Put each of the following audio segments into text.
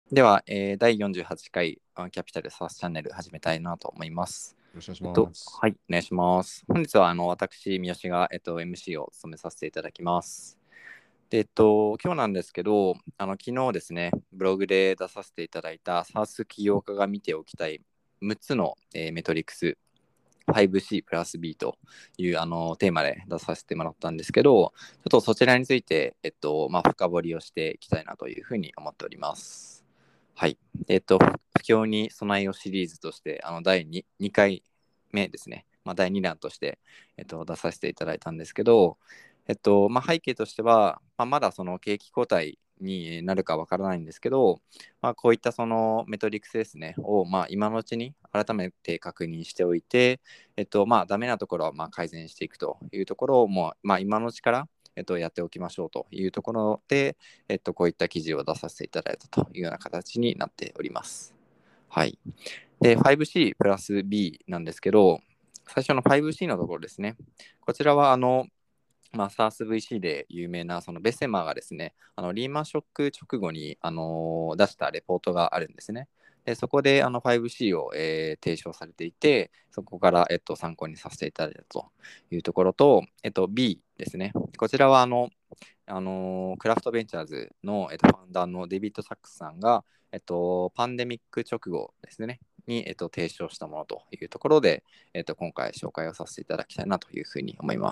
では、第48回キャピタルサースチャンネル始めたいなと思います。 よろしくお願いします。 はい、お願いします。本日は私、三好が、MC を務めさせていただきます。で、今日なんですけど、昨日ですね、ブログで出させていただいた SaaS 起業家が見ておきたい6つの、メトリクス 5C プラス B というテーマで出させてもらったんですけど、ちょっとそちらについて、深掘りをしていきたいなというふうに思っております。はい。不況に備えをシリーズとして、第 2回目ですね。第2弾として、出させていただいたんですけど、背景としては、まだその景気後退になるかわからないんですけど、こういったそのメトリクスですね、を、今のうちに改めて確認しておいて、ダメなところは改善していくというところをもう、今のうちから、やっておきましょうというところで、こういった記事を出させていただいたというような形になっております。はい。で、5C プラス B なんですけど、最初の 5C のところですね。こちらはSARS-VC で有名なそのベセマーがですね、リーマンショック直後に、出したレポートがあるんですね。でそこで5C を、提唱されていて、そこから、参考にさせていただいたというところと、B ですね。こちらはクラフトベンチャーズの、ファウンダーのデビッド・サックスさんが、パンデミック直後ですね、に、提唱したものというところで、今回紹介をさせていただきたいなというふうに思います。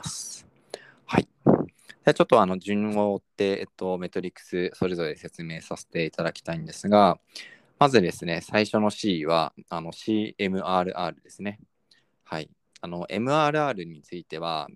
はい。じゃあちょっと順を追って、メトリクスそれぞれ説明させていただきたいんですが、まずですね、最初の C はCMRR ですね。はい。MRR については、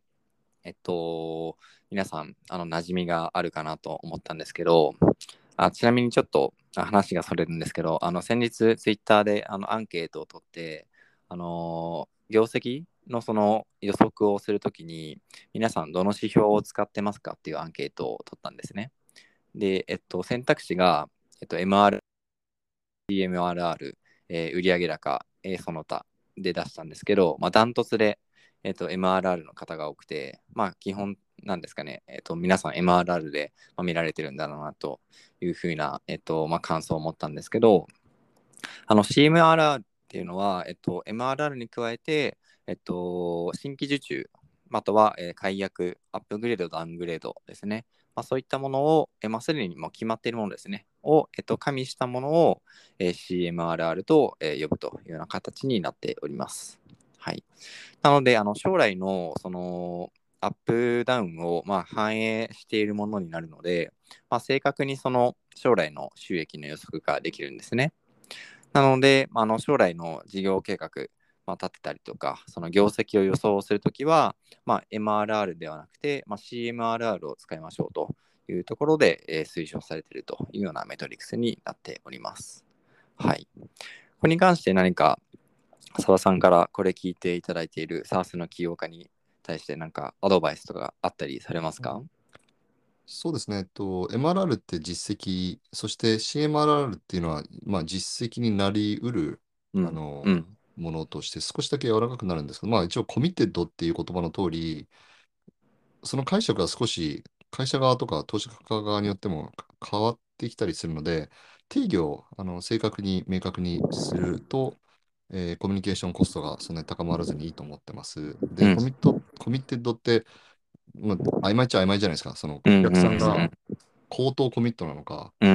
皆さん馴染みがあるかなと思ったんですけど、ちなみにちょっと話がそれるんですけど、先日ツイッターでアンケートを取って、業績のその予測をするときに、皆さんどの指標を使ってますかっていうアンケートを取ったんですね。で、選択肢が、MR、CMRR、売上高、その他で出したんですけど、ダントツで、MRR の方が多くて、基本なんですかね、皆さん MRR で、見られてるんだろうなというふうな、感想を持ったんですけど、CMRR っていうのは、MRR に加えて、新規受注、あとは、解約、アップグレード、ダウングレードですね。そういったものを、すでにもう決まっているものですね。を、加味したものを、CMRR と、呼ぶというような形になっております。はい。なので、将来のそのアップダウンを反映しているものになるので、正確にその将来の収益の予測ができるんですね。なので、将来の事業計画、立てたりとか、その業績を予想するときは、MRR ではなくて、CMRR を使いましょうというところで、推奨されているというようなメトリクスになっております。はい。ここに関して何か澤さんからこれ聞いていただいている SaaS の起業家に対して何かアドバイスとかあったりされますか？ そうですね。MRR って実績、そして CMRR っていうのは、実績になり得る、 うん、うん、 ものとして少しだけ柔らかくなるんですけど、一応コミッテッドっていう言葉の通り、その解釈が少し会社側とか投資家側によっても変わってきたりするので、定義を正確に明確にすると、コミュニケーションコストがそんなに高まらずにいいと思ってます。で、 うん、 コミッテッドって、曖昧っちゃ曖昧じゃないですか。そのうん、 お客さんうん、 が口頭コミットなのか、 うん、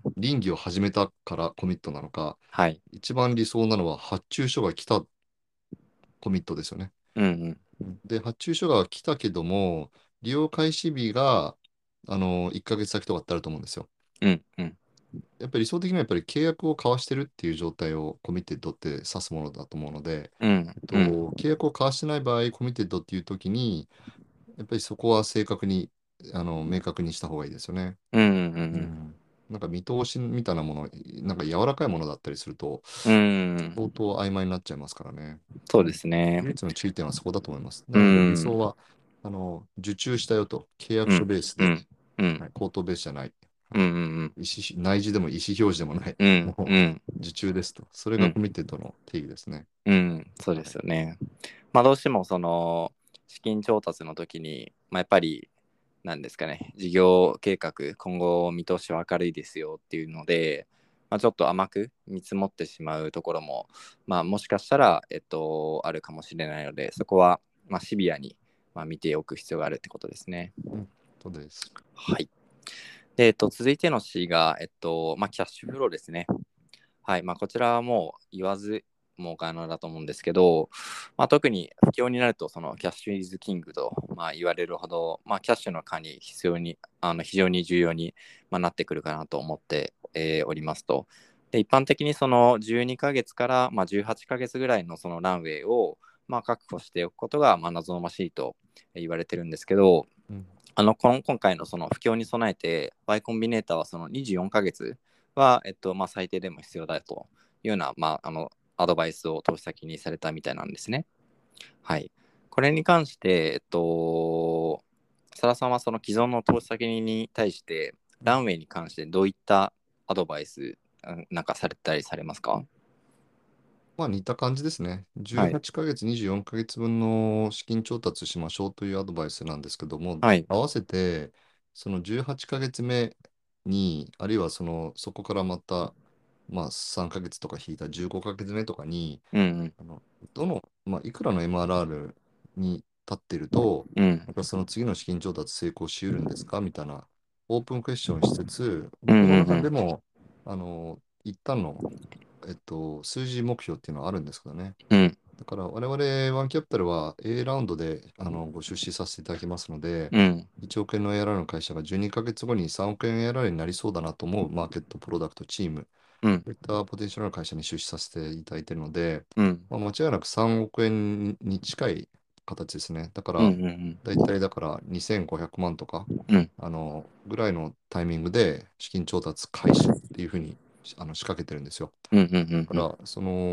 倫理を始めたからコミットなのか、 はい、 一番理想なのは発注書が来たコミットですよね。 うん、 で、発注書が来たけども、利用開始日が1ヶ月先とかってあると思うんですよ。 うん、うん、 やっぱり理想的にはやっぱり契約を交わしてるっていう状態をコミッテッドって指すものだと思うので、 うん、うん、 契約を交わしてない場合、コミッテッドっていう時に、やっぱりそこは正確に、明確にした方がいいですよね。 うん、 うん。なんか見通しみたいなもの、なんか柔らかいものだったりすると、 うん、 相当曖昧になっちゃいますからね。 そうですね。 唯一の注意点はそこだと思います。 うなので理想ん、 は、受注したよと、契約書うん、 ベースで、 うん、うん、 はい、口頭ベースじゃない。 うん、うん、 内示でも意思表示でもない。 うん、 もう、 うん、 受注ですと。それうん、 がコミッテッドの定義ですね。 うん、そうではい。 すよね。どうしてもその資金調達の時に、やっぱりなんですかね、事業計画、今後見通しは明るいですよっていうので、 ちょっと甘く見積もってしまうところも、もしかしたら、あるかもしれないので、そこは、シビアに、見ておく必要があるってことですね。 そうです。 はい。で、続いての C が、キャッシュフローですね。はい。こちらはもう言わずもがなだと思うんですけど、特に不況になると、そのキャッシュイズキングと、言われるほど、キャッシュの管理非常に重要に、なってくるかなと思って、おりますと。で、一般的にその12ヶ月から、18ヶ月ぐらいのそのランウェイを、確保しておくことが、望ましいと言われてるんですけど、今回のその不況に備えて、Y コンビネーターはその24ヶ月は、最低でも必要だというような、アドバイスを投資先にされたみたいなんですね。はい。これに関して、佐田さんはその既存の投資先に対して、ランウェイに関してどういったアドバイスなんかされたりされますか？ 似た感じですね。 はい。 18ヶ月、24ヶ月分の資金調達しましょうというアドバイスなんですけども、 はい。 合わせて、その18ヶ月目に、あるいはそこからまた、3ヶ月とか引いた15ヶ月目とかに、 うん。 あのどの、いくらの MRR に立っていると、 うん。 またその次の資金調達成功しうるんですかみたいなオープンクエスチョンしつつ、 うん。 僕のうん。 中でも、一旦の数字目標っていうのはあるんですけどね。 うん。 だから我々ワンキャピタルは A ラウンドでご出資させていただきますので、 うん。 1億円の ARR の会社が12ヶ月後に3億円 ARR になりそうだなと思うマーケット、プロダクト、チーム、 うん。 そういったポテンシャルの会社に出資させていただいているので、 うん。 間違いなく3億円に近い形ですね。だかうん。うら、 ん。 だいたいだから2500万とか、 うん。 ぐらいのタイミングで資金調達開始っていうふうに仕掛けてるんですよ。 うん。うん。うん。 だから、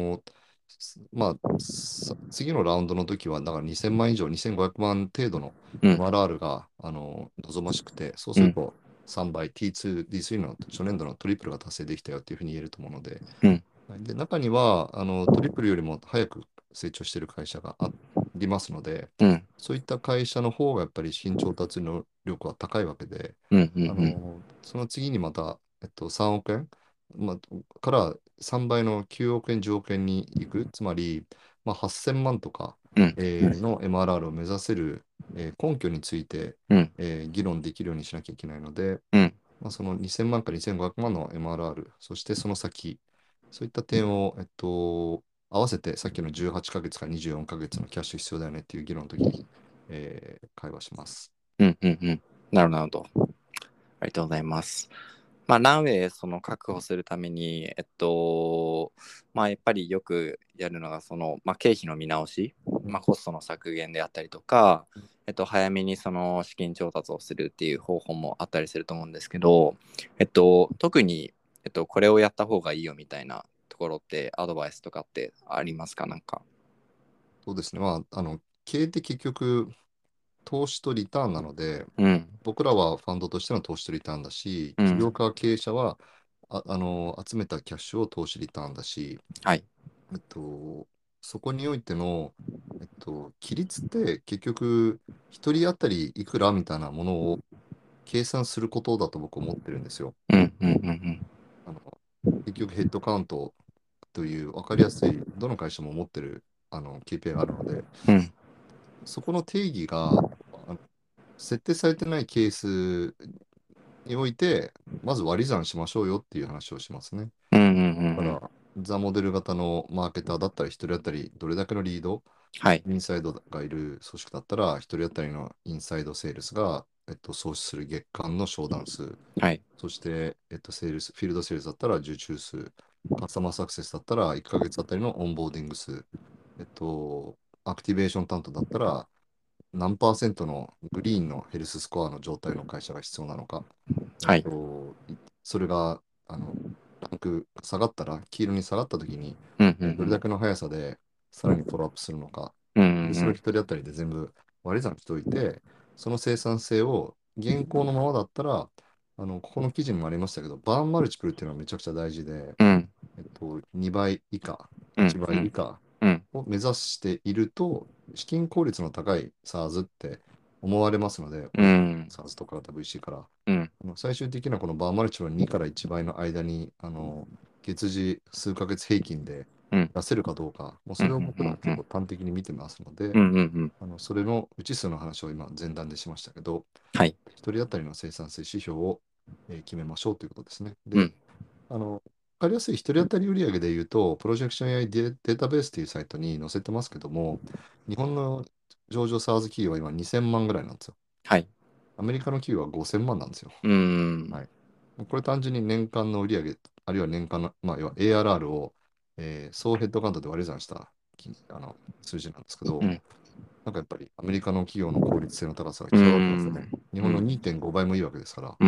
次のラウンドの時は、だから2000万以上、2500万程度のうん。 MRR が、望ましくて、そううん。 すると3倍、T2、D3 の初年度のトリプルが達成できたよっていうふうに言えると思うので、 うん。 はい。で、中には、トリプルよりも早く成長している会社がありますので、 うん。 そういった会社の方がやっぱり資金調達能力は高いわけで、 うん。うん。 その次にまた、3億円、から3倍の9億円、10億円に行く、つまり、8000万とか、 うん。 の MRR を目指せる、根拠について、 うん。 議論できるようにしなきゃいけないので、 うん。 その2000万から2500万の MRR、そしてその先、そういった点を、合わせてさっきの18ヶ月から24ヶ月のキャッシュ必要だよねっていう議論の時に、会話します。 うん。うん。うん。なるほど。ありがとうございます。ランウェイその確保するために、やっぱりよくやるのがその、経費の見直し、コストの削減であったりとか、早めにその資金調達をするっていう方法もあったりすると思うんですけど、特に、これをやった方がいいよみたいなところってアドバイスとかってありますか？なんか。 そうですね。経営って結局、投資とリターンなので、 うん。 僕らはファンドとしての投資とリターンだし、 うん。 起業家経営者は集めたキャッシュを投資リターンだし、 はい。 えっと、そこにおいての、規律って結局、一人当たりいくらみたいなものを計算することだと僕思ってるんですよ。 うん。うん。うん。 あの結局ヘッドカウントという分かりやすい、どの会社も持ってるKPI があるので、 うん。 そこの定義が設定されてないケースにおいて、まず割り算しましょうよっていう話をしますね。 うん。うん。うん。 だから、ザ・モデル型のマーケターだったら、一人当たりどれだけのリード、 はい。 インサイドがいる組織だったら、一人当たりのインサイドセールスが、創出する月間の商談数、 はい。 そして、フィールドセールスだったら受注数、カスタマーサクセスだったら1ヶ月あたりのオンボーディング数、えっと、アクティベーション担当だったら何パーセントのグリーンのヘルススコアの状態の会社が必要なのか、 はい。 それが、ランク下がったら、黄色に下がったときに、 うん。うどれだん。 けの速さでさらにフォローアップするのか、 うん。うで、それをん。 一人当たりで全部割り算しておいて、その生産性を現行のままだったら、ここの記事にもありましたけど、バーンマルチプルっていうのはめちゃくちゃ大事で、 うん。 2倍以下、1 うん。うん。 倍以下うん。 を目指していると、資金効率の高い SaaS って思われますので、 うん。 SaaS とか WC から。 うん。 最終的にはこのバーマルチの2から1倍の間に月次数ヶ月平均でうん。 出せるかどうか、もううん。 それを僕らはうん。 結構端的に見てますので、 うん。うん。うん。 それの未知数の話を今前段でしましたけど、 はい。 一人当たりの生産性指標を決めましょうということですね。で、 うん。 わかりやすい一人当たり売上で言うと、プロジェクション AI データベースというサイトに載せてますけども、日本の上場 SaaS 企業は今2000万ぐらいなんですよ。 はい。 アメリカの企業は5000万なんですよ。 うん。 はい。これ単純に年間の売上、あるいは年間の、要は ARR を、総ヘッドカウントで割り算した数字なんですけど、 うん。 なんかやっぱりアメリカの企業の効率性の高さがう際立ってますよん。 ね。日本のうん。 2.5倍もいいわけですから。 うん。うん。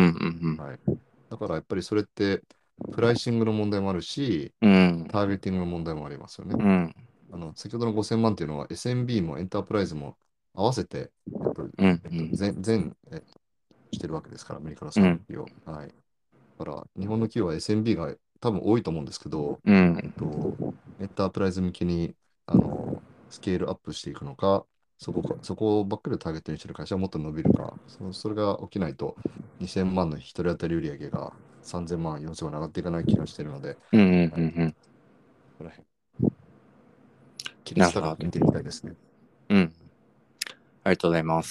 はい。だからやっぱりそれってプライシングの問題もあるし、 うん。 ターゲティングの問題もありますよね。 うん。 先ほどの5000万っていうのは SMB もエンタープライズも合わせて、 うん。 してるわけですから、アメリカのうん。 サービス企業。はい。だから日本の企業は SMB が多分多いと思うんですけど、 うん。 エンタープライズ向けにスケールアップしていくのか、そこばっかりをターゲットにしてる会社はもっと伸びるか、それが起きないと2000万の一人当たり売上が3000万、4000万上がっていかない気がしているので、 うん。うん。 はい、 うん。 この辺、規律なるほど。 高く見ていきたいですね。 うん。ありがとうございます。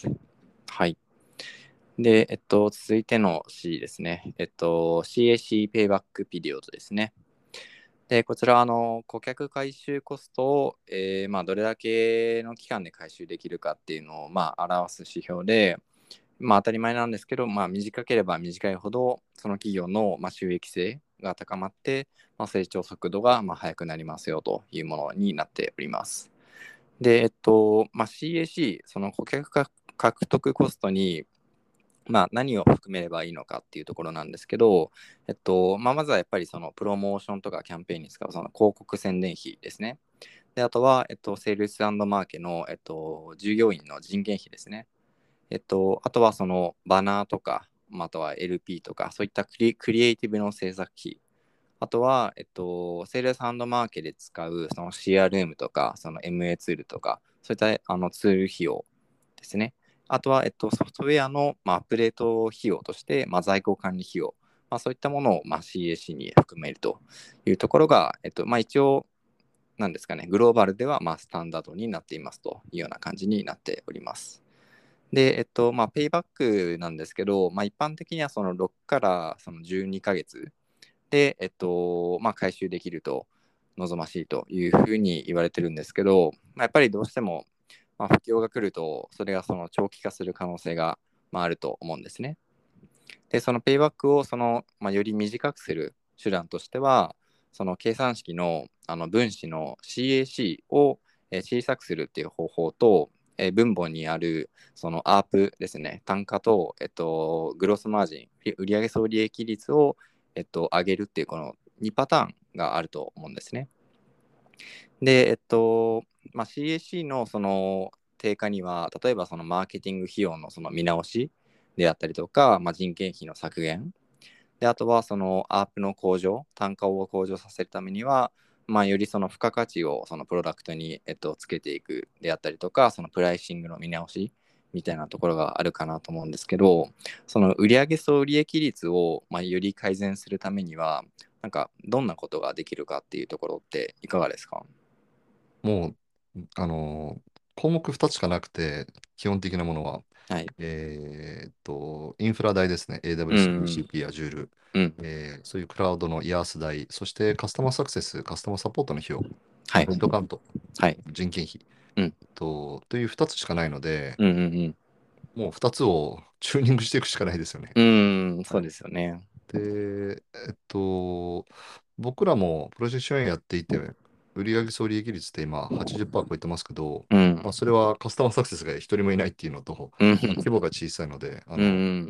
はい。 はい。で、続いての C ですね。CAC ペイバックピリオドですね。で、こちら、顧客回収コストを、どれだけの期間で回収できるかっていうのを、表す指標で、当たり前なんですけど、短ければ短いほど、その企業の、収益性が高まって、成長速度が、速くなりますよというものになっております。で、CAC、その顧客獲得コストに、何を含めればいいのかっていうところなんですけど、まずはやっぱりそのプロモーションとかキャンペーンに使うその広告宣伝費ですね。で、あとは、セールスマーケの、従業員の人件費ですね。あとはそのバナーとか、あとは LP とか、そういったクリエイティブの制作費。あとは、セールスマーケで使うその CRM とか、その MA ツールとか、そういったツール費用ですね。あとは、ソフトウェアの、アップデート費用として、在庫管理費用、そういったものを、CAC に含めるというところが、一応、なんですかね、グローバルでは、スタンダードになっていますというような感じになっております。で、ペイバックなんですけど、一般的にはその6からその12ヶ月で、回収できると望ましいというふうに言われてるんですけど、やっぱりどうしても、不況が来ると、それがその長期化する可能性が、あると思うんですね。で、そのペイバックをより短くする手段としては、その計算式の分子の CAC を小さくするっていう方法と、分母にあるそのアープですね、単価と、グロスマージン、売上総利益率を、上げるっていうこの2パターンがあると思うんですね。で、CAC のその低下には、例えばそのマーケティング費用のその見直しであったりとか、人件費の削減、で、あとはそのアープの向上、単価を向上させるためには、よりその付加価値をそのプロダクトに、つけていくであったりとか、そのプライシングの見直しみたいなところがあるかなと思うんですけど、その売上総利益率を、より改善するためには、なんかどんなことができるかっていうところっていかがですか？ もう、項目2つしかなくて、基本的なものは、 はい。 インフラ代ですね。 う AWS、 ん。 GCP、Azure、 うん。 そういうクラウドの IaaS 代、そしてカスタマーサクセス、カスタマーサポートの費用、 はい。 ヘッドカウント、 はい。 人件費、 うん。 という2つしかないので、 うんうんもう2つをチューニングしていくしかないですよね。 うん。そうではい。 すよね。 で、僕らもプロジェクションやっていて、売上総利益率って今80%超えてますけど、 うん。 それはカスタマーサクセスが一人もいないっていうのと、 うん。 規模が小さいので、 うん。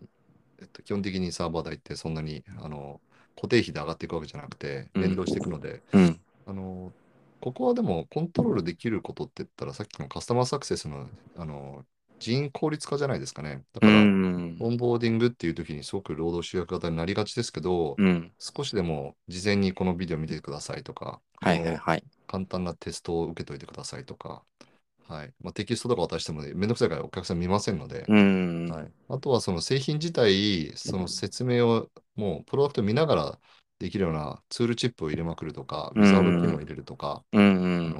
基本的にサーバー代ってそんなに固定費で上がっていくわけじゃなくて、 うん。 連動していくので、 うん。 あのここはでもコントロールできることって言ったら、さっきのカスタマーサクセスの、人員効率化じゃないですかね。だうから、 ん。 オンボーディングっていう時にすごく労働集約型になりがちですけど、 うん。 少しでも事前にこのビデオ見てくださいとか、 はこのいはいはい。 簡単なテストを受けといてくださいとか、はい。テキストとか渡してもねめんどくさいからお客さん見ませんので、 うん。 はい。あとはその製品自体、その説明をもうプロダクト見ながらできるようなツールチップを入れまくるとか、ウうィザード機能をん。 入れるとか、 うん。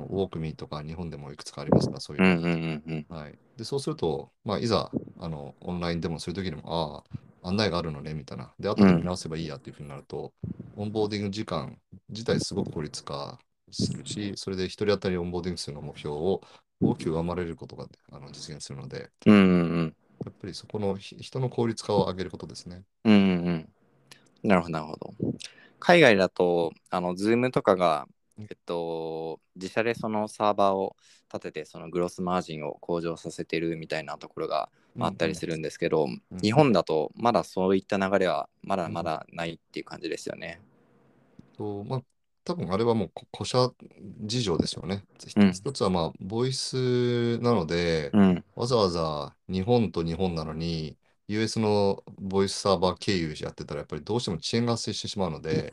ウォークミーとか日本でもいくつかありますから、そういううん。うの。 ん。うん。 はい。で、そうすると、まあ、いざ、オンラインでもするときにも、ああ、案内があるのね、みたいな。で、後で見うん。 直せばいいやっていうふうになると、オンボーディング時間自体すごく効率化するし、それで一人当たりオンボーディング数の目標を大きく上回れることが実現するので、 うん。うん。 やっぱりそこの人の効率化を上げることですね。 うん。うん。なるほど、なるほど。海外だと、Zoom とかが、自社でそのサーバーを立てて、そのグロスマージンを向上させてるみたいなところがあっうんうんたりするんですけど、 うん日本だとまだそういった流れはまだうん。 まだないっていう感じですよね。 まあ、多分あれはもう個社事情ですよね。 うん。 一つはまあ、ボイスなので、 うん。 わざわざ日本と日本なのに、US のボイスサーバー経由やってたら、やっぱりどうしても遅延が発生してしまうので、 うん。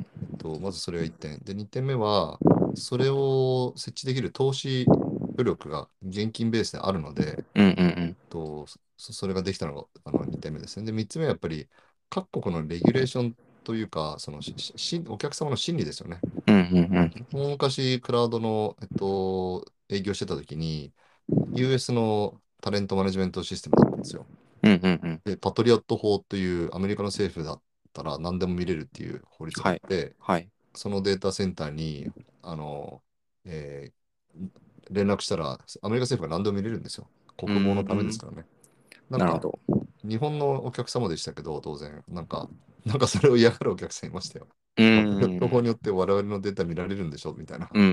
まずそれが1点。で、2点目は、それを設置できる投資余力が現金ベースであるので、 うん。うん。 それができたのが2点目ですね。で、3つ目はやっぱり各国のレギュレーションというか、お客様の心理ですよね。 うん。うん。 もう昔、クラウドの、営業してた時に、US のタレントマネジメントシステムだったんですよ。 うん。うん。うん。 で、パトリオット法というアメリカの政府だったら何でも見れるっていう法律があはい。 って、 はい。 そのデータセンターに、あの、えー連絡したら、アメリカ政府が何でも見れるんですよ。 う国防のためですん。 からね。なんか、 なるほど。 日本のお客様でしたけど、当然、なんかそれを嫌がるお客さんいましたよ。 うパトリオット法ん。 によって我々のデータ見られるんでしょみたいな。 うん。うん。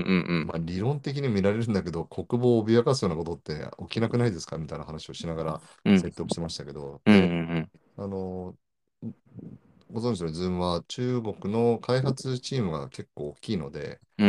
まあ、理論的に見られるんだけど、国防を脅かすようなことって起きなくないですかみたいな話をしながらうん。うん。 説得しましたけど、 うん。うで、 ん。 あの、ご存知の Zoom は中国の開発チームが結構大きいので、 うん。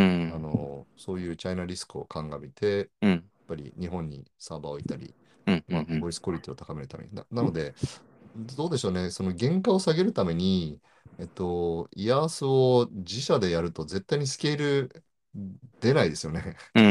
そういうチャイナリスクを鑑みて、やっうん。 ぱり日本にサーバーを置いたり、 うん。うまあ、 ん。 ボイスクオリティを高めるために。なので、どうでしょうね、その原価を下げるために、イヤースを自社でやると絶対にスケール出ないですよね。 うん。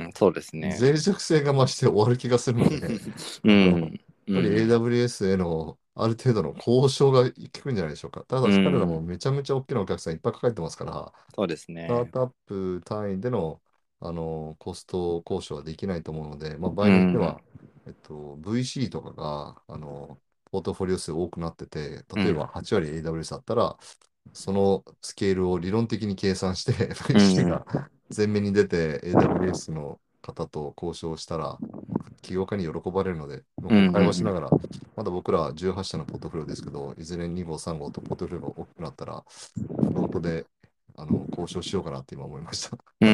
そうですね。 脆弱性が増して終わる気がするので、 うやっん。うぱりん。 AWS へのある程度の交渉が効くんじゃないでしょうか。たうだし彼らもん。 めちゃめちゃ大きなお客さんいっぱい抱えてますから、 そうですスターね。 トアップ単位での、コスト交渉はできないと思うので、まあ、場う合によってん。 は、VC とかが、ポートフォリオ数多くなってて、例えばうん。 8割 AWS だったら、そのスケールを理論的に計算してう VC ん。 が前面に出て AWS の方と交渉したら、起業家に喜ばれるので、 うん。うこう会話しながん。 ら、まだ僕ら18社のポートフォリオですけど、いずれ2号、3号とポートフォリオが大きくなったら、フロントで交渉しようかなって今思いました。 うん。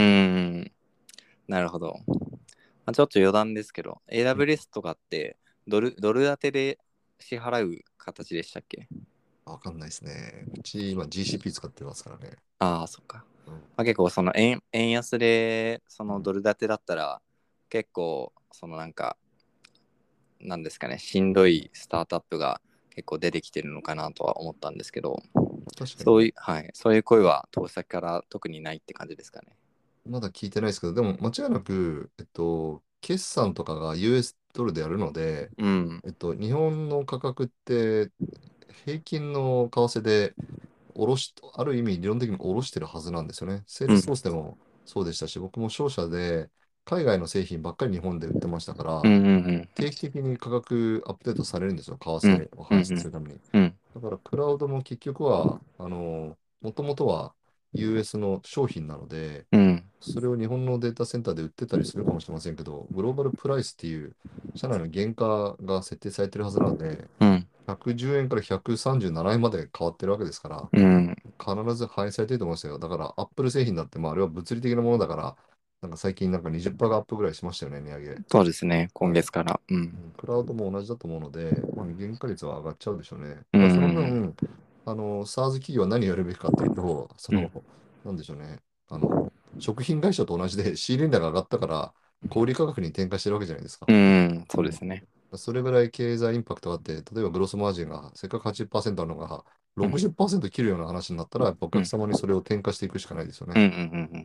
なるほど。まあ、ちょっと余談ですけど、 うん。 AWS とかってドル建てで支払う形でしたっけ？ わかんないですね。うち今 GCP 使ってますからね。 ああ、そっか。 うん。 まあ、結構その円安でそうん。 のドル建てだったら結構そのなんかなんですかね、しんどいスタートアップが結構出てきてるのかなとは思ったんですけど、 確かにね。 はい、そういう声は投資先から特にないって感じですかね。 まだ聞いてないですけど、でも間違いなく、決算とかが US ドルでやるので、 うん。 日本の価格って平均の為替である意味理論的に下ろしてるはずなんですよね。セールスソーうん。 スでもそうでしたし、僕も商社で海外の製品ばっかり日本で売ってましたから、 うん。うん。 定期的に価格アップデートされるんですよ。為うん。 替をうん。 反映するために。 うん。 だからクラウドも結局は、もともとは US の商品なので、 うん。 それを日本のデータセンターで売ってたりするかもしれませんけど、グローバルプライスっていう社内の原価が設定されてるはずなので、 うん。 110円から137円まで変わってるわけですから、 うん。 必ず反映されてると思いますよ。だから、アップル製品だって、まあ、あれは物理的なものだから、なんか最近なんか20%がアップぐらいしましたよね、値上げ。 そうですね、今はい。 月から。うん。 クラウドも同じだと思うので、まあ、原価率は上がっちゃうでしょうね。 うただそのん。 分、SaaS 企業は何をやるべきかっていうと、 うん。 なんでしょうね。食品会社と同じで仕入れ値が上がったから、小売価格に転嫁してるわけじゃないですか。 うん。そううん。 ですね。 それぐらい経済インパクトがあって、例えばグロスマージンがせっかく80%あるのがうん。 60%切るような話になったら、やっぱおうん。 客様にそれを転嫁していくしかないですようん。 ね。 うん。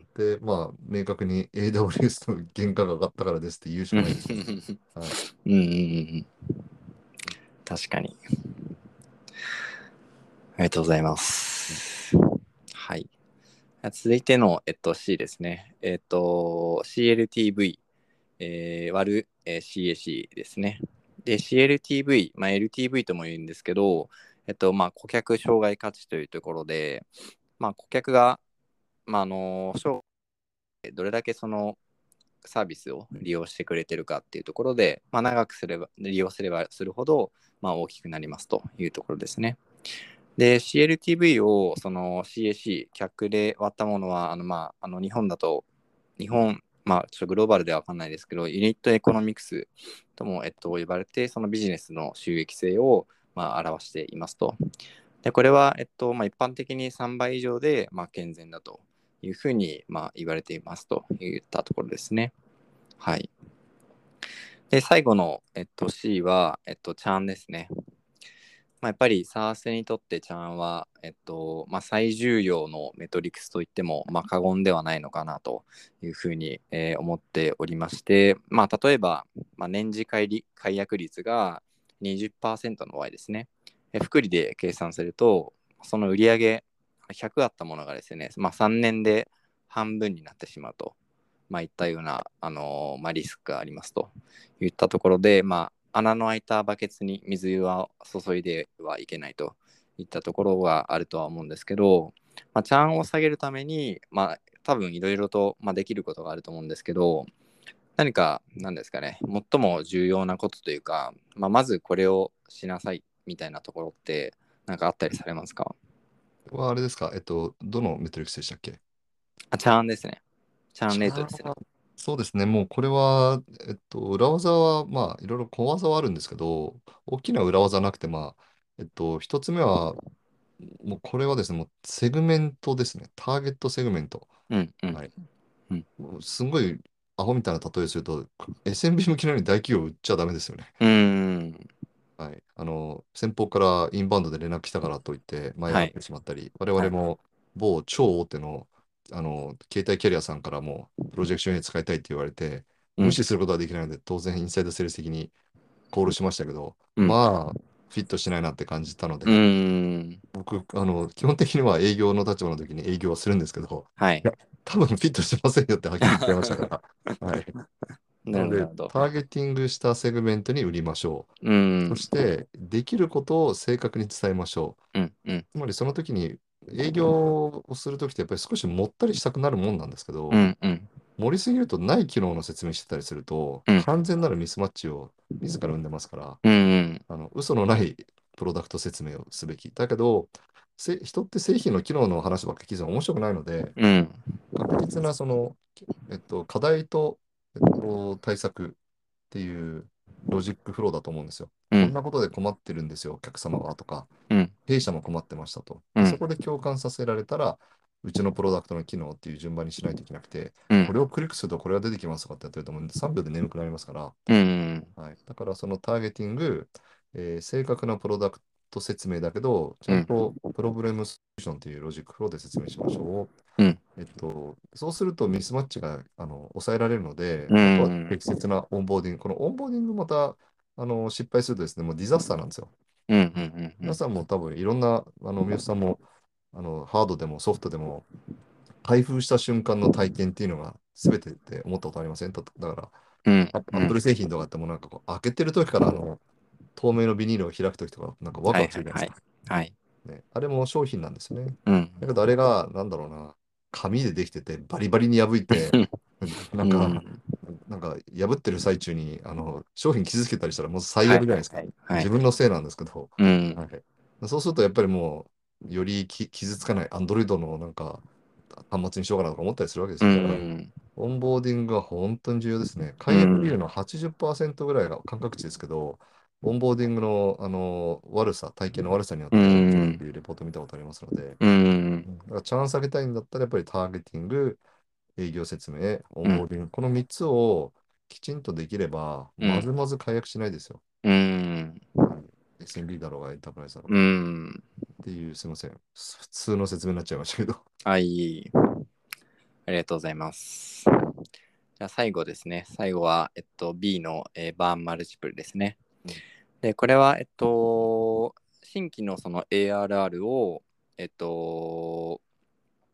で、まあ、明確に AWS の原価が上がったからですって言うしうん。 かないですよね。はい。 うん。うん。確かに。ありがとうございます。 はい。続いての、C ですね。CLTV、割る、CAC ですね。で、CLTV、LTV とも言うんですけど、顧客障害価値というところで、顧客が、どれだけそのサービスを利用してくれてるかっていうところで、長く利用すればするほど、大きくなりますというところですね。で、CLTV をその CAC、客で割ったものは、日本だと、ちょっとグローバルでは分かんないですけど、ユニットエコノミクスとも、呼ばれて、そのビジネスの収益性を、表していますと。で、これは、一般的に3倍以上で、健全だというふうに、言われていますといったところですね。はい。で、最後の、C は、チャーンですね。やっぱり SARS にとってチャーンは、最重要のメトリクスといっても、過言ではないのかなというふうに、思っておりまして、例えば、年次解約率が20%の場合ですね、複利で計算すると、その売上100あったものがですね、3年で半分になってしまうと、いったような、リスクがありますといったところで、穴の開いたバケツに水は注いではいけないといったところがあるとは思うんですけど、チャーンを下げるために、多分いろいろと、できることがあると思うんですけど、何か何ですかね、最も重要なことというか、まずこれをしなさいみたいなところって何かあったりされますか？ はあれですか、どのメトリックスでしたっけ？ チャーンですね。チャーンじゃレートですね。 あ、そうですね。もうこれは、裏技は、いろいろ小技はあるんですけど、大きな裏技なくて、一つ目は、もうこれはですね、もうセグメントですね。ターゲットセグメント。 うんうんはい。 うん。 もうすごいアホみたいな例えすると、SMB 向きなのに大企業売っちゃダメですよね。 うーん。 はい。先方からインバウンドで連絡来たからといって、舞い上はい。 がってしまったり、我はい。 々も某超大手の、携帯キャリアさんからも、プロジェクションに使いたいって言われて、 うん。 無視することはできないので、当然、インサイドセールス的にコールしましたけど、 うん。 フィットしないなって感じたのうで、 ーん。 僕、基本的には営業の立場の時に営業はするんですけど、 はい。 いや、多分フィットしてませんよってはっきり言っちゃいましたから、はい。 なるほど、ななので、 るほど。 ターゲティングしたセグメントに売りましょう。 うーん。 そして、できることを正確に伝えましょう。 うん。うん。 つまり、その時に、営業をする時って、やっぱり少しもったりしたくなるもんなんですけど、 うん。うん。 盛りすぎるとない機能の説明してたりすると、 うん。 完全なるミスマッチを自ら生んでますから、 うん。 嘘のないプロダクト説明をすべき。だけど、人って製品の機能の話ばっかり聞いても面白くないので、 うん。 確実な課題と、対策っていうロジックフローだと思うんですよ。 うん。 こんなことで困ってるんですよ、お客様はとか、 うん。 弊社も困ってましたと。で、そうん。 こで共感させられたら、うちのプロダクトの機能っていう順番にしないといけなくて、 うん。 これをクリックするとこれが出てきますとかってやってると思うんで、3秒で眠くなりますから、 うん。 はい。だからそのターゲティング、正確なプロダクト説明だけど、ちうん。 ゃんとプロブレムソリューションというロジックフローで説明しましょうん。 う。そうするとミスマッチが抑えられるので、 うあとはん。 適切なオンボーディング。このオンボーディングまた失敗するとですね、もうディザスターなんですよ。 うん。うん。うん。 皆さんも多分いろんな、三好さんもハードでもソフトでも開封した瞬間の体験っていうのが全てって思ったことありません？だから、 うん。 アップル製品とかってもうなんかこう開けてる時から透明のビニールを開く時とかなんかワクはワいはいはい。 クするじゃないですか。 はい。 ね、あれも商品なんですよね。 うん。 だけどあれが、なんだろうな、紙でできててバリバリに破いて、なんか、 うん。 なんか破ってる最中に商品傷つけたりしたらもう最はい悪じゃないですか。 はいはい。はい。 自分のせいなんですけど、 うん。 はい、そうするとやっぱりもうより傷つかない Android のなんか端末にしようかなとか思ったりするわけですうよ。だからん。 オンボーディングは本当に重要ですね。 うん。 解約理由の80%ぐらいが感覚値ですけど、オンボーディングの、悪さ、体験の悪さによっうて起きるっん。 ていうレポート見たことありますので、 うん。 だからチャンス上げたいんだったらやっぱりターゲティング、営業説明、オうん。 ンボーディング、この3つをきちんとできれば、 うん。 まずまず解約しないですよ。 うん。 はい。SMB だろうがエンタープライズだろううが。っん。 ていう、すみません。普通の説明になっちゃいましたけど。 はい。ありがとうございます。じゃあ最後ですね。最後は、B の、バーンマルチプルですね。 うん。 で、これは、新規のその ARR を、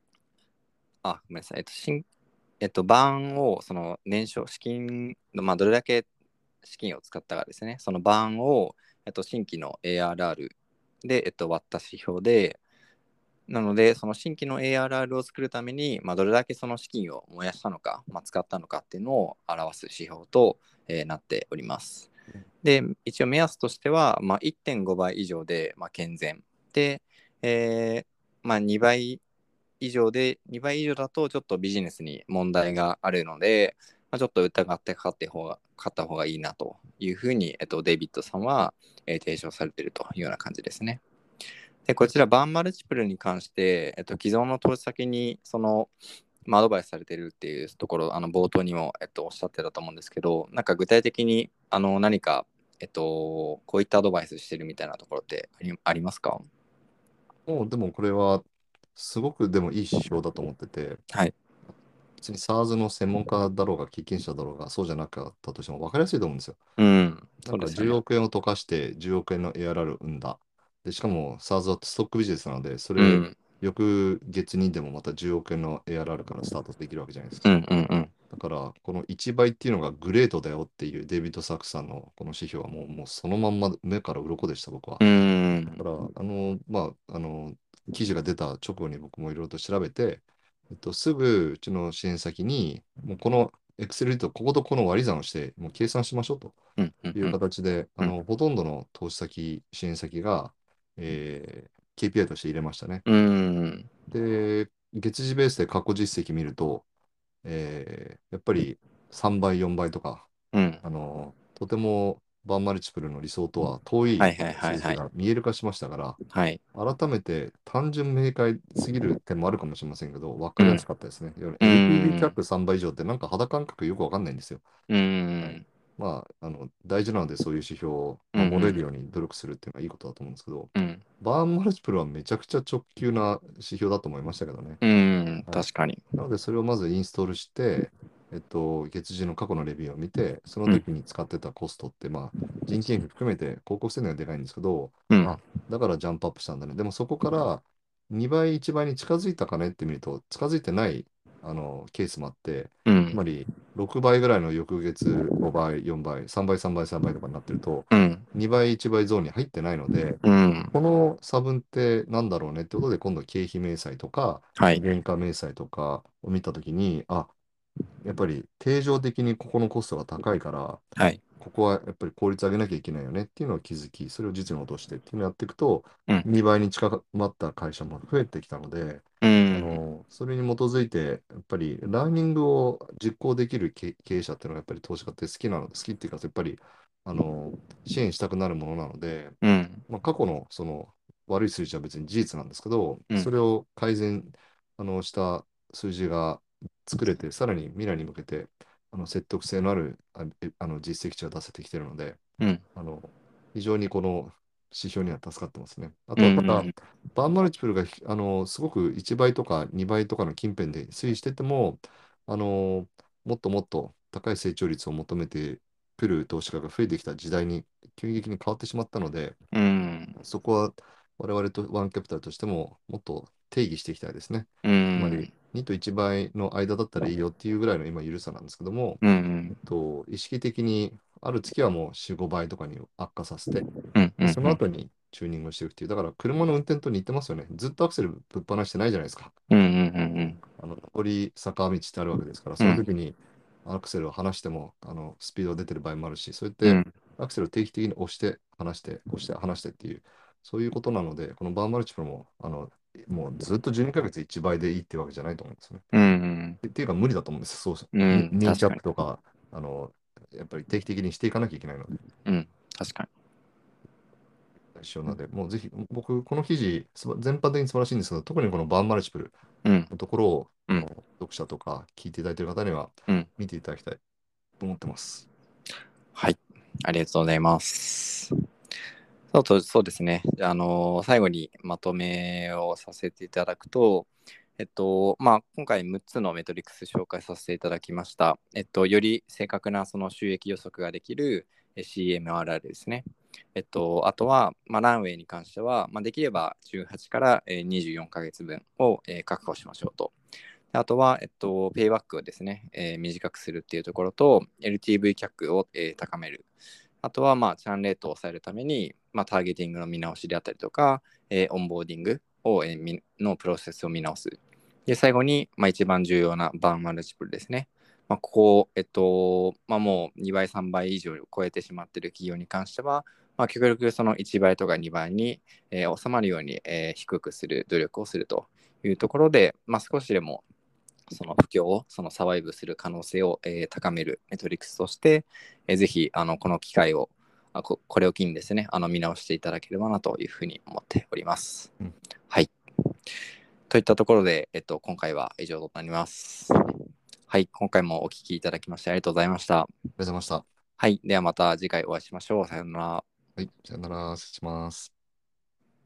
ごめんなさい。バーンを、その年少、資金、どれだけ資金を使ったかですね。そのバーンを、新規の ARR で、割った指標で、なので、その新規の ARR を作るために、どれだけその資金を燃やしたのか、使ったのかっていうのを表す指標と、なっております。で、一応目安としては、1.5 倍以上で、健全。で、2倍以上で、2倍以上だとちょっとビジネスに問題があるので、ちょっと疑って買った方がいいなというふうに、デイビッドさんは、提唱されているというような感じですね。で、こちら、バーンマルチプルに関して、既存の投資先に、アドバイスされているっていうところ、冒頭にも、おっしゃってたと思うんですけど、なんか具体的に、何か、こういったアドバイスしてるみたいなところってありますか？ もうでもこれはすごくでもいい指標だと思ってて、 はい。 別に SaaS の専門家だろうが経験者だろうがそうじゃなかったとしても分かりやすいと思うんですよ。 うん、 なんかそうですよね。 10億円を溶かして10億円の ARR を生んだ。で、しかも SaaS はストックビジネスなので、それうん、 翌月にでもまた10億円の ARR からスタートできるわけじゃないですか。 うん、うん、うん。 だから、この1倍っていうのがグレートだよっていうデイビッド・サックスさんのこの指標はもうそのまんま目から鱗でした、僕は。 うだかん、 ら、記事が出た直後に僕もいろいろと調べて、すぐうちの支援先に、もうこの Excel とこことこの割り算をして、もう計算しましょうとうん、うん、 いううん、 形で、 うん、 ほとんどの投資先、支援先が、KPI として入れましたね。 うん、 で、月次ベースで過去実績見ると、やっぱり3倍、4倍とか、 うん。 とてもバンマルチプルの理想とは遠いはいはいはい数字はい。 が見える化しましたから、 はい。 改めて単純明快すぎる点もあるかもしれませんけど、分かりやうん、 すかったですね。いわゆるう LTV キャッん、 プ3倍以上ってなんか肌感覚よくわかんないんですよ。 うはい。 ん、 大事なのでそういう指標をうん、うん、 守れるように努力するっていうのはいいことだと思うんですけど、 うん、 バーンマルチプルはめちゃくちゃ直球な指標だと思いましたけどね。 うん、 はい。 確かに。 なので、それをまずインストールして、月次の過去のレビューを見て、そのうん、 時に使ってたコストって、人件費含めて広告宣伝がでかいんですけど、 うん、 あ、だからジャンプアップしたんだね。でもそこから2倍、1倍に近づいたかねって見ると、近づいてないケースもあって、 うん、 つまり6倍ぐらいの翌月5倍、4倍、3倍、3倍、3倍とかになってると、 うん、 2倍、1倍ゾーンに入ってないので、 うん、 この差分ってなんだろうねってことで、今度経費明細とか、 はい、 原価明細とかを見たときに、やっぱり定常的にここのコストが高いから、 はい、 ここはやっぱり効率上げなきゃいけないよねっていうのを気づき、それを実務を落としてっていうのをやっていくと、 うん、 2倍に近まった会社も増えてきたので、 うん、 それに基づいて、やっぱりラーニングを実行できる経営者っていうのがやっぱり投資家って好きっていうか、やっぱり支援したくなるものなので、 うん、 過去のその悪い数字は別に事実なんですけど、 うん、 それを改善した数字が作れて、さらに未来に向けて説得性のある実績値が出せてきているので、 うん、 あの非常にこの指標には助かってますね。あうとはただ、 ん、 バーンマルチプルがすごく1倍とか2倍とかの近辺で推移してても、もっともっと高い成長率を求めてくる投資家が増えてきた時代に急激に変わってしまったので、 うん、 そこは我々とワンキャピタルとしてももっと定義していきたいですね。 うつまりん、 2と1倍の間だったらいいよっていうぐらいの今緩さなんですけども、 うん、 意識的にある月はもう4、5倍とかに悪化させて、 うん、うで、そのん、 後にチューニングをしていくっていう、だから車の運転と似てますよね。ずっとアクセルぶっ放してないじゃないですか。 うん、うん、 上り坂道ってあるわけですから、 うん、 その時にアクセルを離してもスピードが出てる場合もあるし、そうやってうん、 アクセルを定期的に押して離して、押して離してっていう、そういうことなので、このバーマルチプロももうずっと12ヶ月1倍でいいっていうわけじゃないと思うんですよね。 うん、 っていうか無理だと思うんです。そうそう。 うん、 2キャッ確かに。 プとか、やっぱり定期的にしていかなきゃいけないので。 うん、確か一緒なので、もうぜひ、僕、この記事、全般的に素晴らしいんですけど、特にこのバーンマルチプルに。うん、 のところを、 うん、 読者とか聞いていただいている方にはうん。 見ていただきたいと思ってます。 はい。ありがとうございます。そうですね。最後にまとめをさせていただくと、今回6つのメトリックス紹介させていただきました。より正確なその収益予測ができる CMRR ですね。あとは、ランウェイに関しては、できれば18から24ヶ月分を確保しましょうと。 あとは、ペイバックをですね、短くするっていうところと、LTV キャックを、高める。あとは、チャンレートを抑えるために、ターゲティングの見直しであったりとか、オンボーディングを、のプロセスを見直す。で、最後に、一番重要なバーンマルチプルですね。ここ、もう2倍、3倍以上超えてしまっている企業に関しては、極力その1倍とか2倍に、収まるように、低くする努力をするというところで、少しでもその不況をそのサバイブする可能性を、高めるメトリクスとして、ぜひこの機会をこれを機にですね見直していただければなというふうに思っております。 うん、 はい。といったところで、今回は以上となります。はい。今回もお聞きいただきましてありがとうございました。 ありがとうございました。 はい。ではまた次回お会いしましょう。さようなら。 はい、さよなら、失礼します。